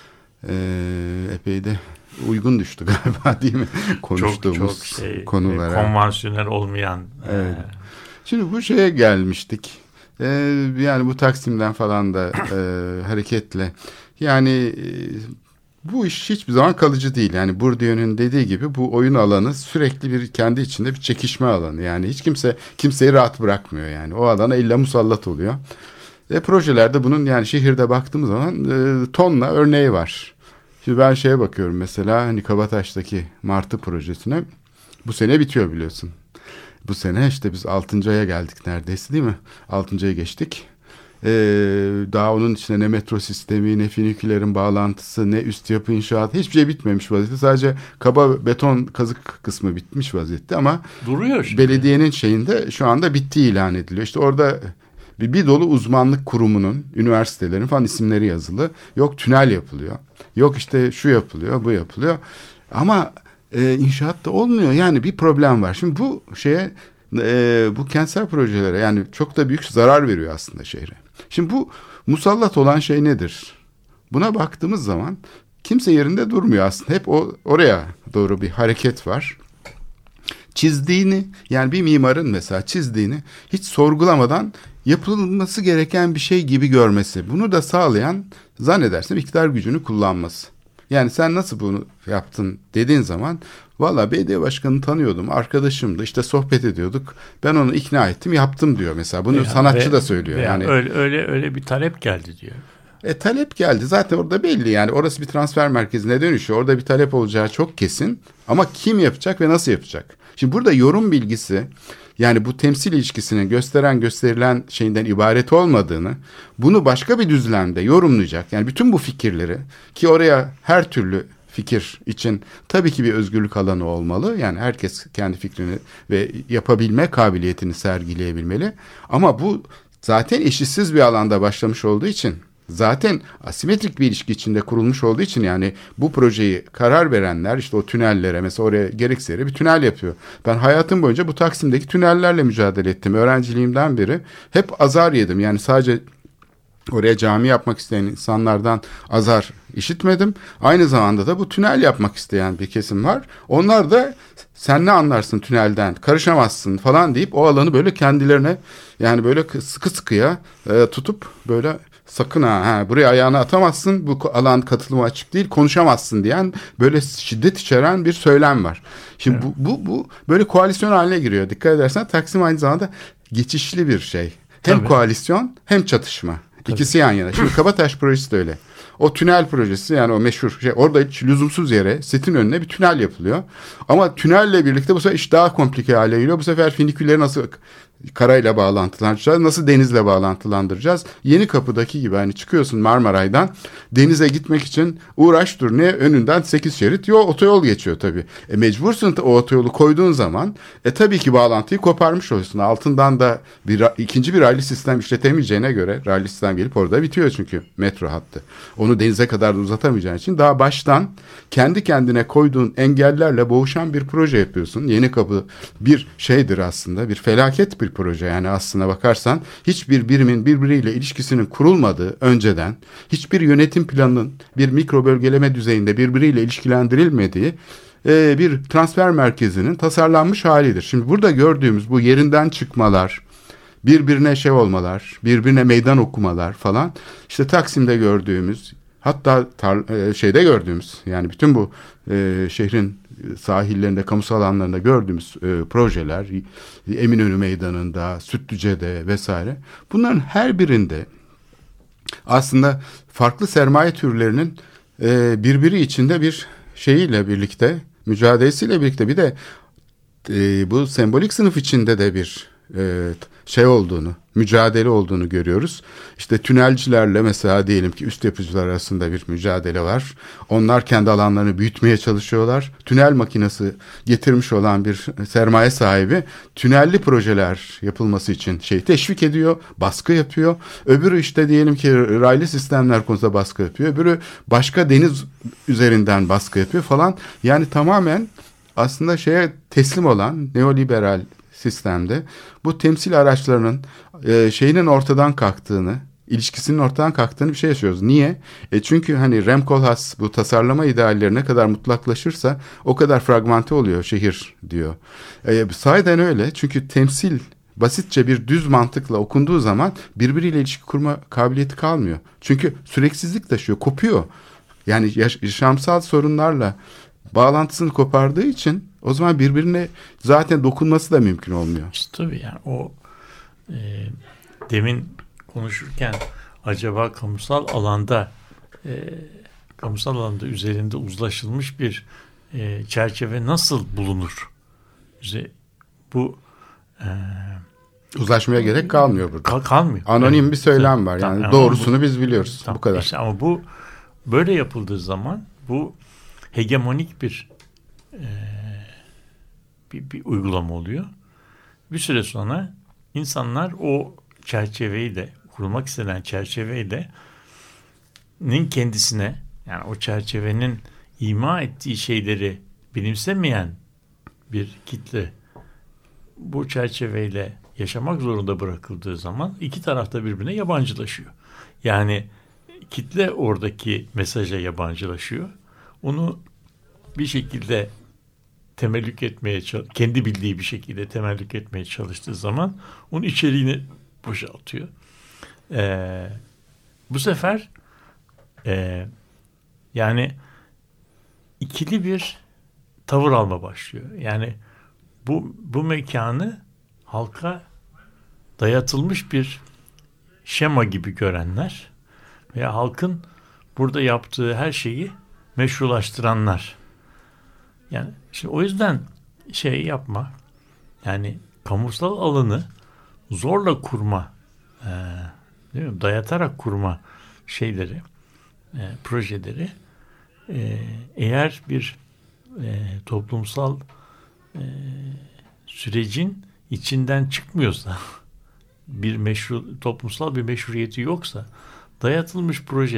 Ee, epey de uygun düştü galiba, değil mi? Konuştuğumuz çok, çok şey, konulara. Konvansiyonel olmayan. Evet. Şimdi bu şeye gelmiştik. Ee, yani bu Taksim'den falan da e, hareketle. Yani e, bu iş hiçbir zaman kalıcı değil. Yani Bourdieu'nun dediği gibi bu oyun alanı sürekli bir kendi içinde bir çekişme alanı. Yani hiç kimse kimseyi rahat bırakmıyor yani. O alana illa musallat oluyor. E, projelerde bunun, yani şehirde baktığımız zaman e, tonla örneği var. Şimdi ben şeye bakıyorum mesela, hani Kabataş'taki Martı projesine, bu sene bitiyor biliyorsun. Bu sene işte biz altıncı aya geldik neredeyse, değil mi? altıncı aya geçtik. Ee, daha onun içine ne metro sistemi, ne finikülerin bağlantısı, ne üst yapı inşaat, hiçbir şey bitmemiş vaziyette. Sadece kaba beton kazık kısmı bitmiş vaziyette ama duruyor şimdi. Belediyenin şeyinde şu anda bittiği ilan ediliyor. İşte orada bir, bir dolu uzmanlık kurumunun, üniversitelerin falan isimleri yazılı. Yok tünel yapılıyor. Yok işte şu yapılıyor, bu yapılıyor. Ama e, inşaat da olmuyor. Yani bir problem var. Şimdi bu şeye, e, bu kentsel projelere yani çok da büyük zarar veriyor aslında şehre. Şimdi bu musallat olan şey nedir? Buna baktığımız zaman kimse yerinde durmuyor aslında. Hep o, oraya doğru bir hareket var. Çizdiğini, yani bir mimarın mesela çizdiğini hiç sorgulamadan yapılması gereken bir şey gibi görmesi. Bunu da sağlayan, zannedersem, iktidar gücünü kullanması. Yani sen nasıl bunu yaptın dediğin zaman, valla belediye başkanını tanıyordum, arkadaşımdı, işte sohbet ediyorduk, ben onu ikna ettim, yaptım diyor mesela. Bunu ya, sanatçı ve, da söylüyor. Yani öyle öyle öyle bir talep geldi diyor. E talep geldi. Zaten orada belli yani. Orası bir transfer merkezine dönüşüyor. Orada bir talep olacağı çok kesin. Ama kim yapacak ve nasıl yapacak? Şimdi burada yorum bilgisi, yani bu temsil ilişkisinin gösteren gösterilen şeyinden ibaret olmadığını, bunu başka bir düzlemde yorumlayacak. Yani bütün bu fikirleri, ki oraya her türlü fikir için tabii ki bir özgürlük alanı olmalı. Yani herkes kendi fikrini ve yapabilme kabiliyetini sergileyebilmeli. Ama bu zaten eşitsiz bir alanda başlamış olduğu için, zaten asimetrik bir ilişki içinde kurulmuş olduğu için, yani bu projeyi karar verenler işte o tünellere, mesela oraya gerekse yere bir tünel yapıyor. Ben hayatım boyunca bu Taksim'deki tünellerle mücadele ettim. Öğrenciliğimden beri hep azar yedim. Yani sadece oraya cami yapmak isteyen insanlardan azar işitmedim. Aynı zamanda da bu tünel yapmak isteyen bir kesim var. Onlar da sen ne anlarsın tünelden, karışamazsın falan deyip o alanı böyle kendilerine, yani böyle sıkı sıkıya e, tutup böyle sakın ha, ha buraya ayağını atamazsın, bu alan katılıma açık değil, konuşamazsın diyen böyle şiddet içeren bir söylem var. Şimdi evet. bu, bu, bu böyle koalisyon haline giriyor. Dikkat edersen Taksim aynı zamanda geçişli bir şey. Hem Tabii. koalisyon hem çatışma. Tabii. İkisi yan yana. Şimdi Kabataş projesi de öyle. O tünel projesi, yani o meşhur şey, orada hiç lüzumsuz yere setin önüne bir tünel yapılıyor. Ama tünelle birlikte bu sefer iş daha komplike hale geliyor. Bu sefer finikülleri nasıl karayla bağlantılandıracağız, nasıl denizle bağlantılandıracağız? Yenikapı'daki gibi hani çıkıyorsun Marmaray'dan, denize gitmek için uğraş dur ne, önünden sekiz şerit yol, otoyol geçiyor tabii. E mecbursun o otoyolu koyduğun zaman e tabii ki bağlantıyı koparmış oluyorsun. Altından da bir ikinci bir raylı sistem işletemeyeceğine göre, raylı sistem gelip orada bitiyor çünkü metro hattı. Onu denize kadar da uzatamayacağın için daha baştan kendi kendine koyduğun engellerle boğuşan bir proje yapıyorsun. Yenikapı bir şeydir aslında, bir felaket bir proje. Yani aslına bakarsan hiçbir birimin birbiriyle ilişkisinin kurulmadığı, önceden hiçbir yönetim planının bir mikro bölgeleme düzeyinde birbiriyle ilişkilendirilmediği e, bir transfer merkezinin tasarlanmış halidir. Şimdi burada gördüğümüz bu yerinden çıkmalar, birbirine şey olmalar, birbirine meydan okumalar falan, işte Taksim'de gördüğümüz, hatta tar- e, şeyde gördüğümüz, yani bütün bu e, şehrin sahillerinde, kamusal alanlarında gördüğümüz e, projeler, Eminönü Meydanı'nda, Sütlüce'de vesaire, bunların her birinde aslında farklı sermaye türlerinin e, birbiri içinde bir şeyiyle birlikte, mücadelesiyle birlikte, bir de e, bu sembolik sınıf içinde de bir e, şey olduğunu, mücadele olduğunu görüyoruz. İşte tünelcilerle mesela diyelim ki üst yapıcılar arasında bir mücadele var. Onlar kendi alanlarını büyütmeye çalışıyorlar. Tünel makinesi getirmiş olan bir sermaye sahibi tünelli projeler yapılması için şey teşvik ediyor, baskı yapıyor. Öbürü işte diyelim ki raylı sistemler konusunda baskı yapıyor. Öbürü başka deniz üzerinden baskı yapıyor falan. Yani tamamen aslında şeye teslim olan neoliberal sistemde bu temsil araçlarının e, şeyinin ortadan kalktığını, ilişkisinin ortadan kalktığını bir şey yaşıyoruz. Niye? E çünkü hani Rem Koolhaas bu tasarlama idealleri ne kadar mutlaklaşırsa o kadar fragmente oluyor şehir diyor. E, sahiden öyle. Çünkü temsil basitçe bir düz mantıkla okunduğu zaman birbiriyle ilişki kurma kabiliyeti kalmıyor. Çünkü süreksizlik taşıyor, kopuyor. Yani yaş- yaşamsal sorunlarla bağlantısını kopardığı için o zaman birbirine zaten dokunması da mümkün olmuyor. İşte tabii yani o e, demin konuşurken acaba kamusal alanda e, kamusal alanda üzerinde uzlaşılmış bir e, çerçeve nasıl bulunur? Bu e, uzlaşmaya gerek kalmıyor burada. Kal, kalmıyor. Anonim evet. bir söylem var. Yani tamam, doğrusunu bu, biz biliyoruz. tamam, bu kadar. İşte ama bu böyle yapıldığı zaman bu hegemonik bir e, bir, bir uygulama oluyor. Bir süre sonra insanlar o çerçeveyi de, kurulmak istenen çerçeveyi de nin kendisine, yani o çerçevenin ima ettiği şeyleri benimsemeyen bir kitle bu çerçeveyle yaşamak zorunda bırakıldığı zaman iki tarafta birbirine yabancılaşıyor. Yani kitle oradaki mesaja yabancılaşıyor. Onu bir şekilde temellük etmeye, kendi bildiği bir şekilde temellük etmeye çalıştığı zaman onun içeriğini boşaltıyor. Ee, bu sefer e, yani ikili bir tavır alma başlıyor. Yani bu bu mekanı halka dayatılmış bir şema gibi görenler veya halkın burada yaptığı her şeyi meşrulaştıranlar. Yani şimdi o yüzden şey yapma, yani kamusal alanı zorla kurma, e, değil mi? Dayatarak kurma şeyleri, e, projeleri e, eğer bir e, toplumsal e, sürecin içinden çıkmıyorsa, bir meşru, toplumsal bir meşruiyeti yoksa, dayatılmış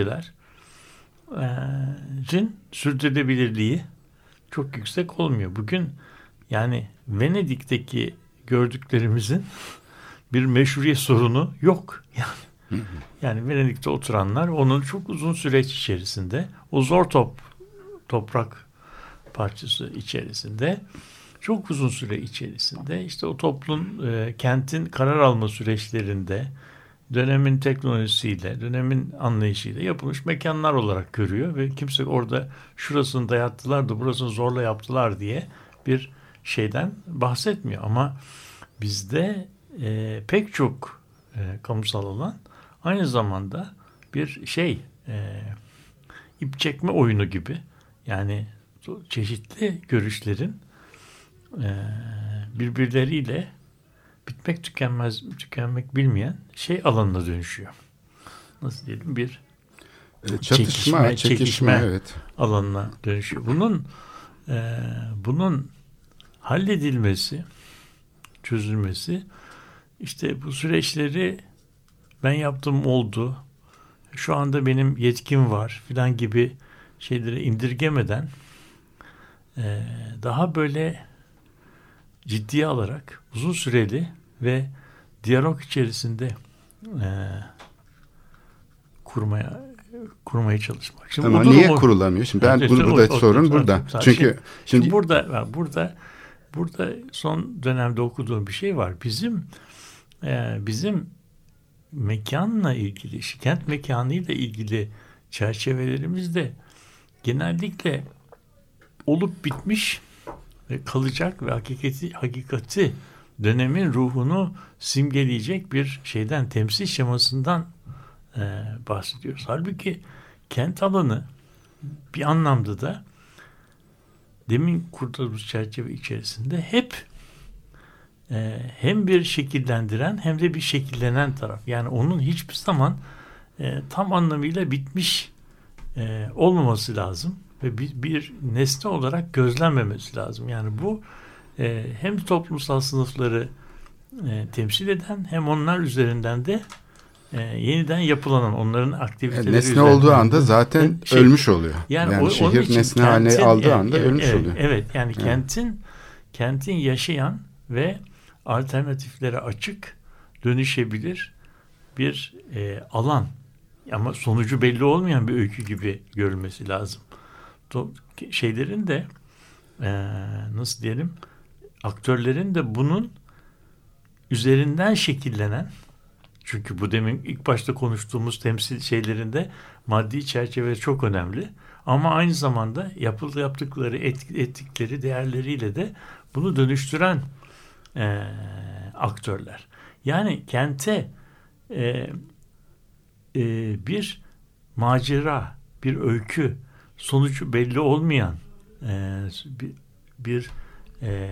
projelerin sürdürülebilirliği çok yüksek olmuyor. Bugün yani Venedik'teki gördüklerimizin bir meşruiyet sorunu yok. Yani, yani Venedik'te oturanlar onun çok uzun süreç içerisinde, o zor top toprak parçası içerisinde, çok uzun süre içerisinde işte o toplum e, kentin karar alma süreçlerinde dönemin teknolojisiyle, dönemin anlayışıyla yapılmış mekanlar olarak görüyor ve kimse orada şurasını dayattılar da burasını zorla yaptılar diye bir şeyden bahsetmiyor. Ama bizde e, pek çok e, kamusal alan aynı zamanda bir şey, e, ip çekme oyunu gibi, yani çeşitli görüşlerin e, birbirleriyle bitmek tükenmez, tükenmek bilmeyen şey alanına dönüşüyor. Nasıl diyelim, bir çatışma, çekişme, çekişme, çekişme evet. alanına dönüşüyor. Bunun e, bunun halledilmesi, çözülmesi, işte bu süreçleri ben yaptım oldu, şu anda benim yetkim var filan gibi şeyleri indirgemeden e, daha böyle ciddiye alarak uzun süreli ve diyalog içerisinde e, kurmaya kurmaya çalışmak. Şimdi ama durumu, niye kurulamıyor? Şimdi ben yani, bunu burada o, sorun o, burada. O, Çünkü şimdi, şimdi, şimdi burada burada burada son dönemde okuduğum bir şey var. Bizim e, bizim mekanla ilgili, kent mekanıyla ilgili çerçevelerimizde genellikle olup bitmiş ve kalacak ve hakikati, hakikati dönemin ruhunu simgeleyecek bir şeyden, temsil şemasından e, bahsediyoruz. Halbuki kent alanı bir anlamda da demin kurduğumuz çerçeve içerisinde hep e, hem bir şekillendiren hem de bir şekillenen taraf. Yani onun hiçbir zaman e, tam anlamıyla bitmiş e, olmaması lazım ve bir, bir nesne olarak gözlenmemesi lazım. Yani bu e, hem toplumsal sınıfları e, temsil eden hem onlar üzerinden de e, yeniden yapılanan onların aktiviteleri nesne üzerinden olduğu anda zaten şey, ölmüş oluyor. Yani, yani o, şehir nesne haline aldığı yani, anda evet, ölmüş evet, oluyor. Evet, yani evet. kentin kentin yaşayan ve alternatiflere açık, dönüşebilir bir e, alan. Ama sonucu belli olmayan bir öykü gibi görülmesi lazım. To, şeylerin de e, nasıl diyelim, aktörlerin de bunun üzerinden şekillenen, çünkü bu demin ilk başta konuştuğumuz temsil şeylerinde maddi çerçeve çok önemli. Ama aynı zamanda yapıldı yaptıkları et, ettikleri değerleriyle de bunu dönüştüren e, aktörler. Yani kente e, e, bir macera, bir öykü, sonucu belli olmayan e, bir bir e,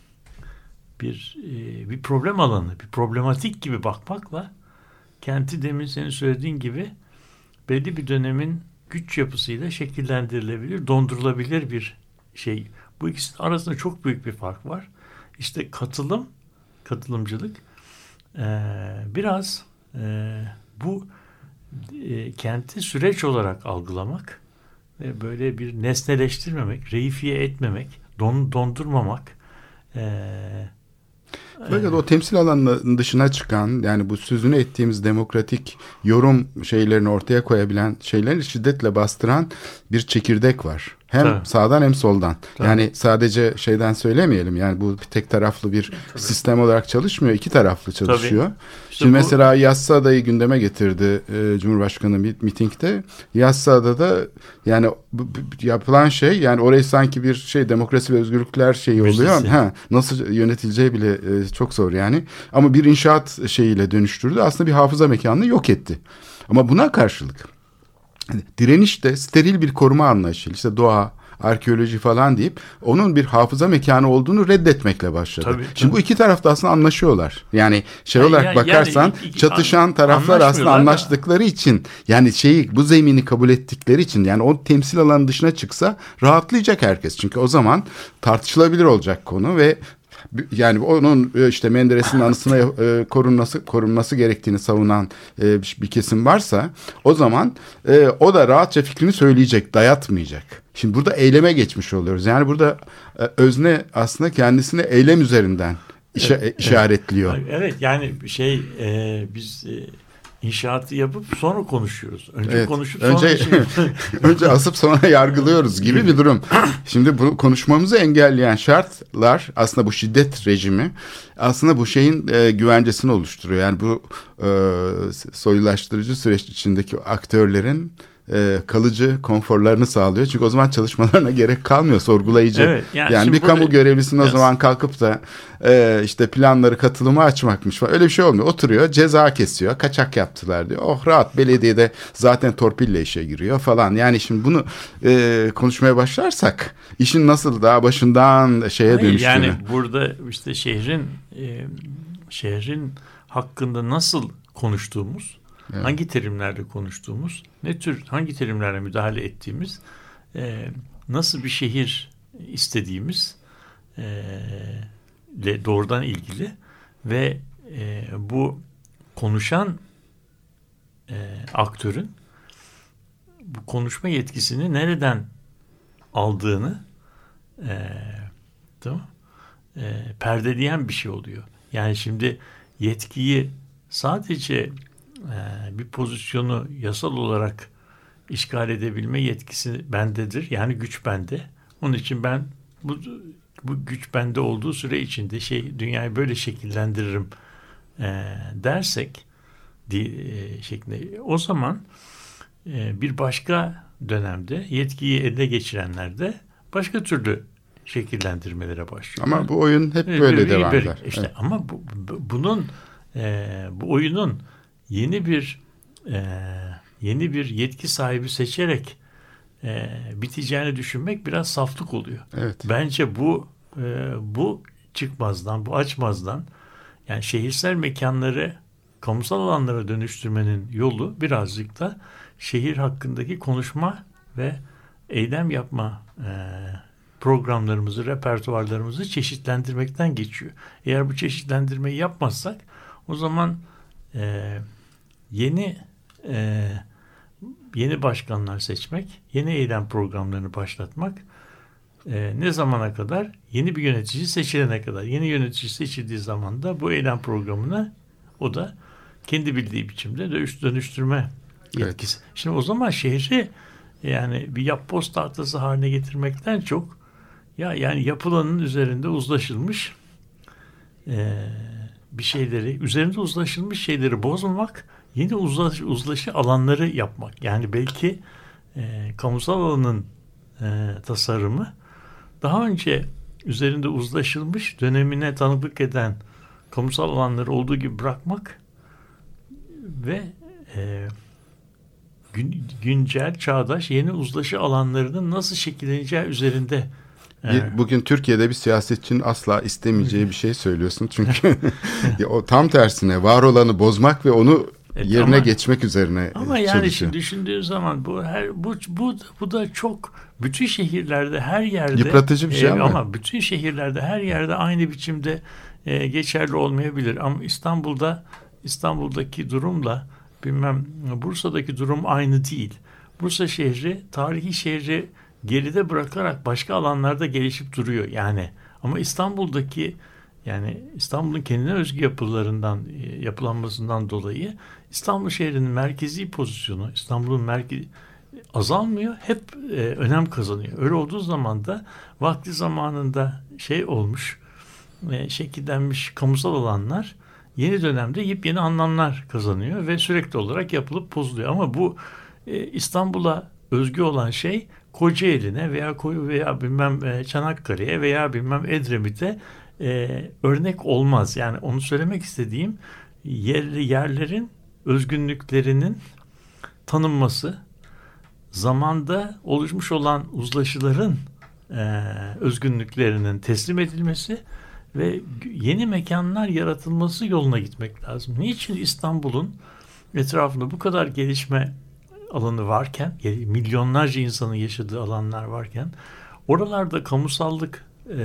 bir e, bir problem alanı, bir problematik gibi bakmakla kenti demin senin söylediğin gibi belli bir dönemin güç yapısıyla şekillendirilebilir, dondurulabilir bir şey. Bu ikisinin arasında çok büyük bir fark var. İşte katılım, katılımcılık e, biraz e, bu e, kenti süreç olarak algılamak ve böyle bir nesneleştirmemek, reifiye etmemek, don, dondurmamak. E, Fakat o temsil alanının dışına çıkan, yani bu sözünü ettiğimiz demokratik yorum şeylerini ortaya koyabilen şeyleri şiddetle bastıran bir çekirdek var. Hem Tabii. sağdan hem soldan. Tabii. Yani sadece şeyden söylemeyelim. Yani bu bir tek taraflı bir Tabii. sistem olarak çalışmıyor. İki taraflı çalışıyor. Tabii. İşte Şimdi bu... mesela Yassıada'yı gündeme getirdi e, Cumhurbaşkanı bir mitingde. Yassıada'da yani bu, bu, yapılan şey, yani orayı sanki bir şey demokrasi ve özgürlükler şeyi oluyor. Ha, nasıl yönetileceği bile e, çok zor yani. Ama bir inşaat şeyiyle dönüştürdü. Aslında bir hafıza mekanını yok etti. Ama buna karşılık Yani direniş de steril bir koruma anlayışı. İşte doğa, arkeoloji falan deyip onun bir hafıza mekanı olduğunu reddetmekle başladı. Tabii, Şimdi tabii. bu iki taraf da aslında anlaşıyorlar. Yani şey Yani- olarak yani bakarsan iki- iki- çatışan taraflar aslında anlaşmıyorlar da- anlaştıkları için, yani şeyi, bu zemini kabul ettikleri için, yani o temsil alanı dışına çıksa rahatlayacak herkes. Çünkü o zaman tartışılabilir olacak konu ve yani onun işte Menderes'in anısına e, korunması korunması gerektiğini savunan e, bir kesim varsa, o zaman e, o da rahatça fikrini söyleyecek, dayatmayacak. Şimdi burada eyleme geçmiş oluyoruz. Yani burada e, özne aslında kendisini eylem üzerinden işe, Evet, işaretliyor. Evet, evet yani şey e, biz e, inşaatı yapıp sonra konuşuyoruz. Önce Evet, konuşup önce sonra şey önce asıp sonra yargılıyoruz gibi bir durum. Şimdi bu konuşmamızı engelleyen şartlar aslında bu şiddet rejimi aslında bu şeyin e, güvencesini oluşturuyor. Yani bu e, soyulaştırıcı süreç içindeki aktörlerin e, kalıcı konforlarını sağlıyor. Çünkü o zaman çalışmalarına gerek kalmıyor, sorgulayıcı. Evet, yani yani şimdi bir kamu burada- görevlisinin o Yes. zaman kalkıp da e, işte planları katılıma açmakmış falan, öyle bir şey olmuyor. Oturuyor, ceza kesiyor, kaçak yaptılar diyor. Oh rahat, belediyede zaten torpille işe giriyor falan. Yani şimdi bunu e, konuşmaya başlarsak işin nasıl daha başından şeye Hayır, dönüştüğünü. yani burada işte şehrin e, şehrin hakkında nasıl konuştuğumuz, Evet. hangi terimlerle konuştuğumuz, ne tür hangi terimlerle müdahale ettiğimiz, e, nasıl bir şehir istediğimiz e, ile doğrudan ilgili ve e, bu konuşan e, aktörün bu konuşma yetkisini nereden aldığını e, tamam e, perdeleyen bir şey oluyor. Yani şimdi yetkiyi sadece e, bir pozisyonu yasal olarak işgal edebilme yetkisi bendedir. Yani güç bende. Onun için ben bu bu güç bende olduğu süre içinde şey dünyayı böyle şekillendiririm e, dersek di, e, şeklinde, o zaman e, bir başka dönemde yetkiyi eline geçirenler de başka türlü şekillendirmelere başlıyor. Ama bu oyun hep Evet, böyle bir- devam bir- eder. İşte Evet. ama bu, bu- bunun e, bu oyunun yeni bir e, yeni bir yetki sahibi seçerek e, biteceğini düşünmek biraz saflık oluyor. Evet. Bence bu e, bu çıkmazdan, bu açmazdan, yani şehirsel mekanları kamusal alanlara dönüştürmenin yolu birazcık da şehir hakkındaki konuşma ve eylem yapma e, programlarımızı, repertuarlarımızı çeşitlendirmekten geçiyor. Eğer bu çeşitlendirmeyi yapmazsak, o zaman e, yeni e, yeni başkanlar seçmek, yeni eylem programlarını başlatmak e, ne zamana kadar? Yeni bir yönetici seçilene kadar. Yeni yönetici seçildiği zaman da bu eylem programına o da kendi bildiği biçimde dönüş, dönüştürme yetkisi. Evet. Şimdi o zaman şehri yani bir yapboz tahtası haline getirmekten çok, ya yani yapılanın üzerinde uzlaşılmış e, bir şeyleri, üzerinde uzlaşılmış şeyleri bozmamak, yeni uzlaş, uzlaşı alanları yapmak. Yani belki e, kamusal alanın e, tasarımı daha önce üzerinde uzlaşılmış, dönemine tanıklık eden kamusal alanları olduğu gibi bırakmak ve e, gün, güncel, çağdaş, yeni uzlaşı alanlarının nasıl şekilleneceği üzerinde. Bir, bugün Türkiye'de bir siyasetçinin asla istemeyeceği bir şey söylüyorsun. Çünkü o tam tersine var olanı bozmak ve onu Evet, yerine ama, geçmek üzerine ama yani çalışıyor. şimdi düşündüğün zaman bu her bu bu bu da çok, bütün şehirlerde her yerde yıpratıcı bir şey e, ama. ama bütün şehirlerde her yerde aynı biçimde e, geçerli olmayabilir. Ama İstanbul'da İstanbul'daki durumla bilmem Bursa'daki durum aynı değil. Bursa şehri tarihi şehri geride bırakarak başka alanlarda gelişip duruyor yani. Ama İstanbul'daki, yani İstanbul'un kendine özgü yapılarından, yapılanmasından dolayı İstanbul şehrinin merkezi pozisyonu, İstanbul'un merkezi azalmıyor, hep e, önem kazanıyor. Öyle olduğu zaman da vakti zamanında şey olmuş, e, şekillenmiş kamusal alanlar yeni dönemde yepyeni anlamlar kazanıyor ve sürekli olarak yapılıp bozuluyor. Ama bu e, İstanbul'a özgü olan şey Kocaeli'ne veya veya bilmem e, Çanakkale'ye veya bilmem Edremit'e e, örnek olmaz. Yani onu söylemek istediğim, yerli yerlerin özgünlüklerinin tanınması zamanda oluşmuş olan uzlaşıların e, özgünlüklerinin teslim edilmesi ve yeni mekanlar yaratılması yoluna gitmek lazım. Niçin İstanbul'un etrafında bu kadar gelişme alanı varken, milyonlarca insanın yaşadığı alanlar varken, oralarda kamusallık e,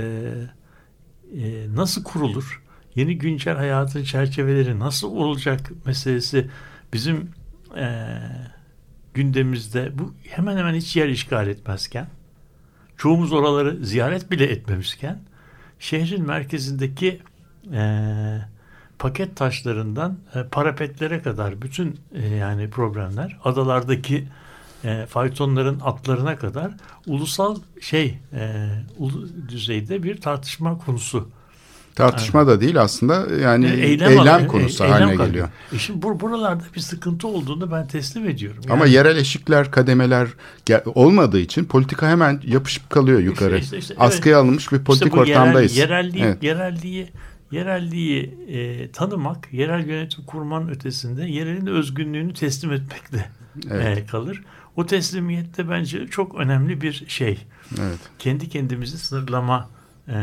e, nasıl kurulur? Yeni güncel hayatın çerçeveleri nasıl olacak meselesi bizim e, gündemimizde bu hemen hemen hiç yer işgal etmezken, çoğumuz oraları ziyaret bile etmemişken, şehrin merkezindeki e, paket taşlarından e, parapetlere kadar bütün e, yani problemler, adalardaki e, faytonların atlarına kadar ulusal şey e, ulu düzeyde bir tartışma konusu. Tartışma yani, da değil aslında yani e, eylem, eylem, eylem konusu e, haline eylem geliyor. E şimdi bur buralarda bir sıkıntı olduğunu ben teslim ediyorum. Yani, ama yerel eşikler, kademeler olmadığı için politika hemen yapışıp kalıyor yukarı. İşte, işte, işte, Askıya evet. alınmış bir politik işte bu ortamdayız. Yerel, yerelliği, evet. yerelliği, yerelliği e, tanımak, yerel yönetim kurmanın ötesinde yerelin özgünlüğünü teslim etmekle evet. e, kalır. O teslimiyette bence çok önemli bir şey. Evet. Kendi kendimizi sınırlama e,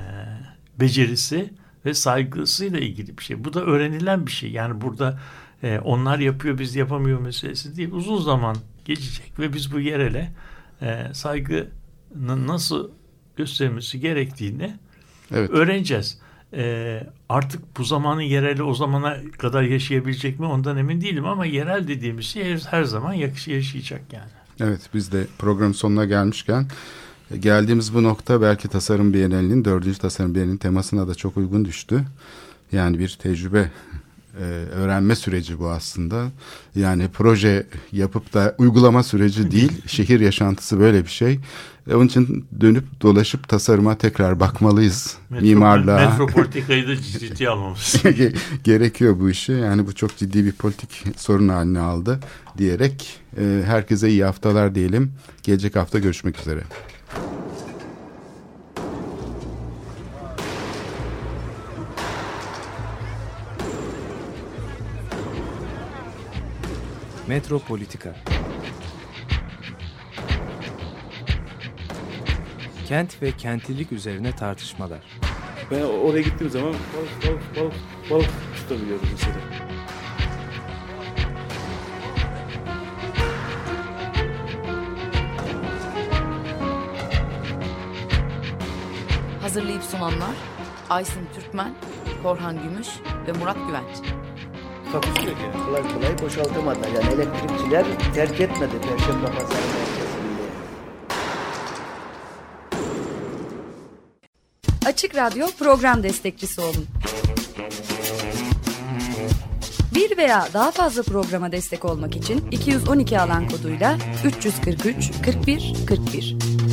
becerisi ve saygısıyla ilgili bir şey. Bu da öğrenilen bir şey. Yani burada e, onlar yapıyor, biz yapamıyor meselesi değil. Uzun zaman geçecek ve biz bu yerele e, saygının nasıl gösterilmesi gerektiğini evet. öğreneceğiz. E, artık bu zamanın yereli o zamana kadar yaşayabilecek mi ondan emin değilim ama yerel dediğimiz şey her, her zaman yaşayacak yani. Evet, biz de programın sonuna gelmişken geldiğimiz bu nokta belki Tasarım Bienalinin, dördüncü Tasarım Bienalinin temasına da çok uygun düştü. Yani bir tecrübe, e, öğrenme süreci bu aslında. Yani proje yapıp da uygulama süreci değil, şehir yaşantısı böyle bir şey. E, onun için dönüp dolaşıp tasarıma tekrar bakmalıyız. Metro, Mimarlığa. Metropolitikayı da ciddiye almamız gerekiyor bu işi. Yani bu çok ciddi bir politik sorun haline aldı diyerek e, herkese iyi haftalar diyelim. Gelecek hafta görüşmek üzere. Metropolitika. Kent ve kentlilik üzerine tartışmalar. Ben oraya gittiğim zaman balık balık balık balık tutabiliyorum mesela. Hazırlayıp sunanlar Aysin Türkmen, Korhan Gümüş ve Murat Güvenç. Takusuyor ki. Kolay kolay boşaltamadı. Yani elektrikçiler terk etmedi Perşembe Pazarı merkezinde. Açık Radyo program destekçisi olun. Bir veya daha fazla programa destek olmak için iki yüz on iki alan koduyla üç yüz kırk üç kırk bir kırk bir.